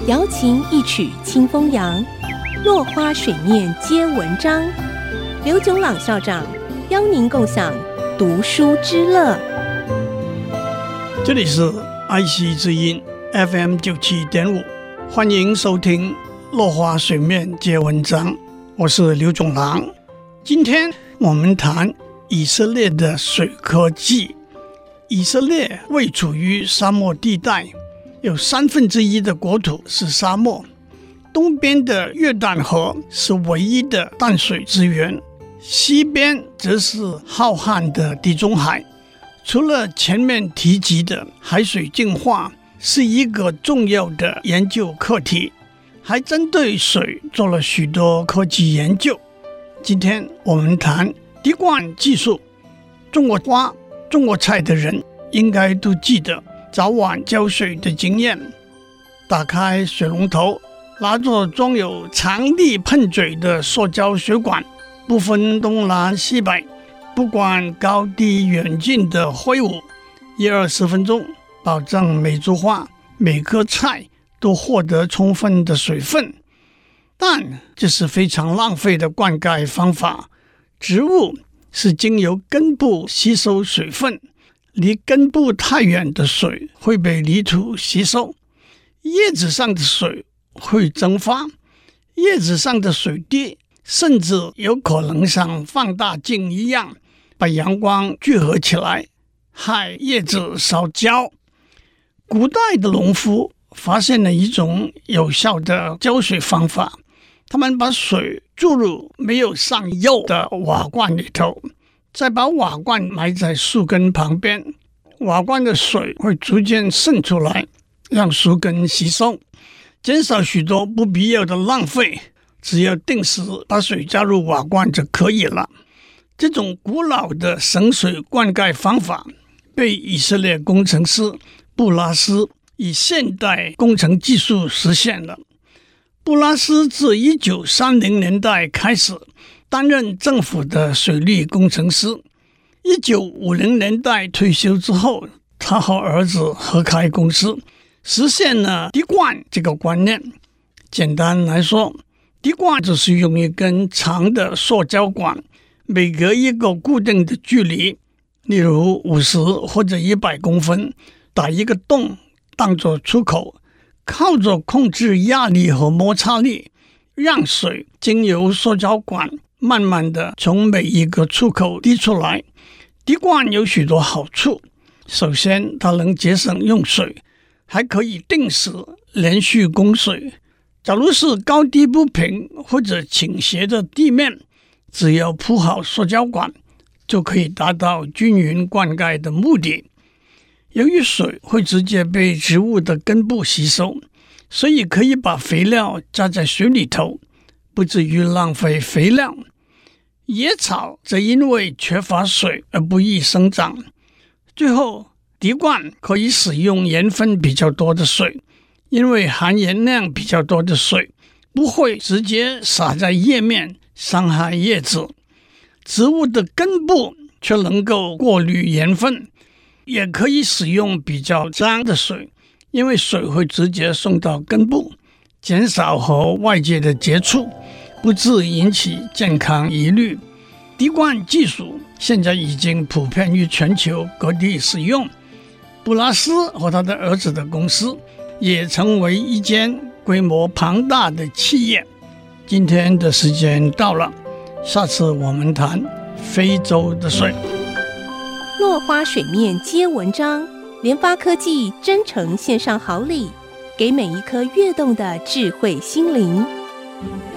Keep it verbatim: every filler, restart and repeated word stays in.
瑶琴一曲清风扬，落花水面皆文章。刘炯朗校长邀您共享读书之乐。 这里是爱惜之音 F M 九七点五，欢迎收听落花水面皆文章，我是刘炯朗。今天我们谈以色列的水科技。以色列位处于沙漠地带，有三分之一的国土是沙漠，东边的约旦河是唯一的淡水资源，西边则是浩瀚的地中海。除了前面提及的海水净化是一个重要的研究课题，还针对水做了许多科技研究。今天我们谈滴灌技术。种过花、种过菜的人应该都记得早晚浇水的经验。打开水龙头，拿着装有长力喷嘴的塑胶水管，不分东南西北，不管高低远近的挥舞，一二十分钟，保证每株花、每棵菜都获得充分的水分。但这是非常浪费的灌溉方法。植物是经由根部吸收水分，离根部太远的水会被泥土吸收，叶子上的水会蒸发，叶子上的水滴甚至有可能像放大镜一样把阳光聚合起来，害叶子烧焦。古代的农夫发现了一种有效的浇水方法，他们把水注入没有上釉的瓦罐里头，再把瓦罐埋在树根旁边，瓦罐的水会逐渐渗出来，让树根吸收，减少许多不必要的浪费，只要定时把水加入瓦罐就可以了。这种古老的省水灌溉方法被以色列工程师布拉斯以现代工程技术实现了。布拉斯自一九三零年代开始担任政府的水利工程师，一九五零年代退休之后，他和儿子合开公司，实现了滴灌这个观念。简单来说，滴灌就是用一根长的塑胶管，每隔一个固定的距离，例如五十或者一百公分，打一个洞当作出口，靠着控制压力和摩擦力，让水经由塑胶管慢慢的从每一个出口滴出来。滴灌有许多好处，首先它能节省用水，还可以定时连续供水。假如是高低不平或者倾斜的地面，只要铺好塑胶管，就可以达到均匀灌溉的目的。由于水会直接被植物的根部吸收，所以可以把肥料加在水里头，不至于浪费肥料。野草则因为缺乏水而不易生长。最后，滴灌可以使用盐分比较多的水，因为含盐量比较多的水不会直接洒在叶面伤害叶子，植物的根部却能够过滤盐分。也可以使用比较脏的水，因为水会直接送到根部，减少和外界的接触，不致引起健康疑虑。滴灌技术现在已经普遍于全球各地使用。布拉斯和他的儿子的公司也成为一间规模庞大的企业。今天的时间到了，下次我们谈非洲的水。 落花水面皆文章，联发科技真诚献上好礼，给每一颗跃动的智慧心灵。